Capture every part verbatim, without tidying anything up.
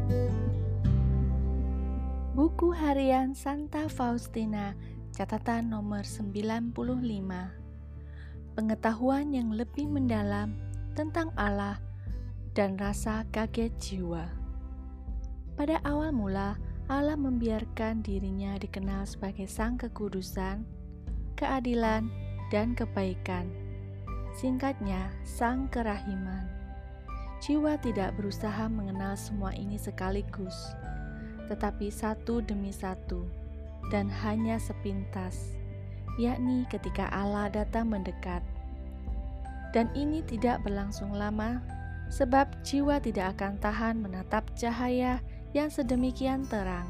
Buku Harian Santa Faustina, catatan nomor sembilan puluh lima. Pengetahuan yang lebih mendalam tentang Allah dan rasa kaget jiwa. Pada awal mula, Allah membiarkan dirinya dikenal sebagai Sang Kekudusan, Keadilan, dan Kebaikan. Singkatnya, Sang Kerahiman. Jiwa tidak berusaha mengenal semua ini sekaligus, tetapi satu demi satu, dan hanya sepintas, yakni ketika Allah datang mendekat. Dan ini tidak berlangsung lama, sebab jiwa tidak akan tahan menatap cahaya yang sedemikian terang.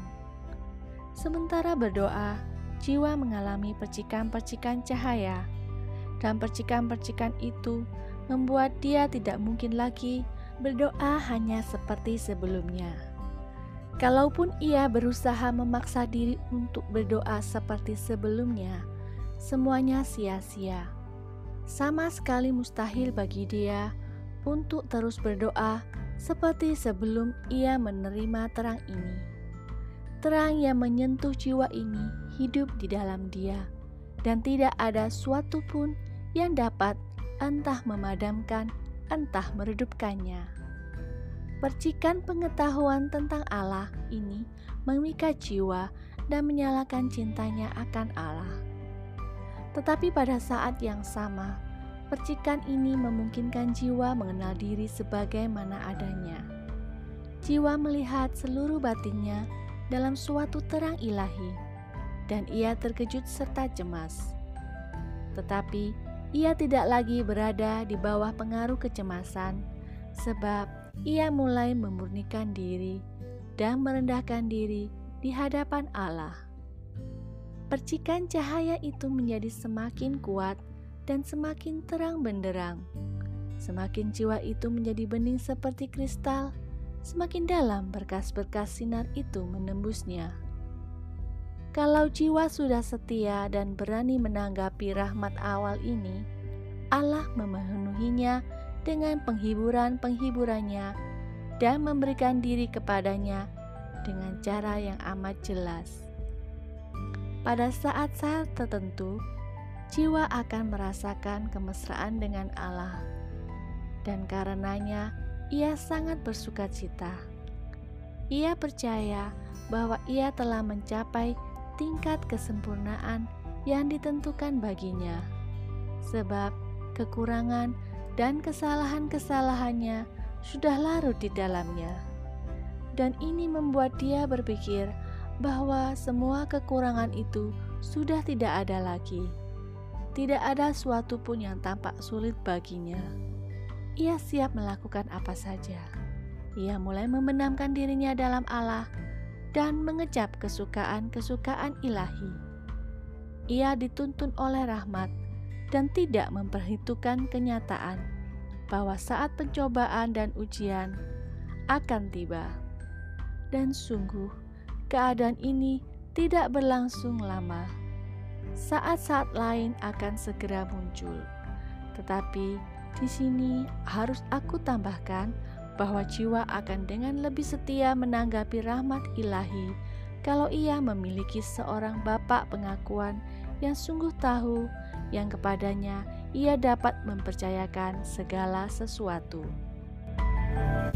Sementara berdoa, jiwa mengalami percikan-percikan cahaya, dan percikan-percikan itu membuat dia tidak mungkin lagi berdoa hanya seperti sebelumnya. Kalaupun ia berusaha memaksa diri untuk berdoa seperti sebelumnya, semuanya sia-sia. Sama sekali mustahil bagi dia untuk terus berdoa seperti sebelum ia menerima terang ini. Terang yang menyentuh jiwa ini hidup di dalam dia, dan tidak ada suatu pun yang dapat entah memadamkan, entah meredupkannya. Percikan pengetahuan tentang Allah ini memikat jiwa dan menyalakan cintanya akan Allah. Tetapi pada saat yang sama, percikan ini memungkinkan jiwa mengenal diri sebagaimana adanya. Jiwa melihat seluruh batinnya dalam suatu terang ilahi, dan ia terkejut serta cemas. Tetapi ia tidak lagi berada di bawah pengaruh kecemasan, sebab ia mulai memurnikan diri dan merendahkan diri di hadapan Allah. Percikan cahaya itu menjadi semakin kuat dan semakin terang benderang. Semakin jiwa itu menjadi bening seperti kristal, semakin dalam berkas-berkas sinar itu menembusnya. Kalau jiwa sudah setia dan berani menanggapi rahmat awal ini, Allah memenuhinya dengan penghiburan-penghiburannya dan memberikan diri kepadanya dengan cara yang amat jelas. Pada saat-saat tertentu, jiwa akan merasakan kemesraan dengan Allah, dan karenanya ia sangat bersukacita. Ia percaya bahwa ia telah mencapai tingkat kesempurnaan yang ditentukan baginya, sebab kekurangan dan kesalahan-kesalahannya sudah larut di dalamnya. Dan ini membuat dia berpikir bahwa semua kekurangan itu sudah tidak ada lagi. Tidak ada suatu pun yang tampak sulit baginya. Ia siap melakukan apa saja. Ia mulai membenamkan dirinya dalam Allah dan mengecap kesukaan-kesukaan ilahi. Ia dituntun oleh rahmat dan tidak memperhitungkan kenyataan bahwa saat pencobaan dan ujian akan tiba. Dan sungguh, keadaan ini tidak berlangsung lama. Saat-saat lain akan segera muncul. Tetapi di sini harus aku tambahkan bahwa jiwa akan dengan lebih setia menanggapi rahmat ilahi kalau ia memiliki seorang bapa pengakuan yang sungguh tahu, yang kepadanya ia dapat mempercayakan segala sesuatu.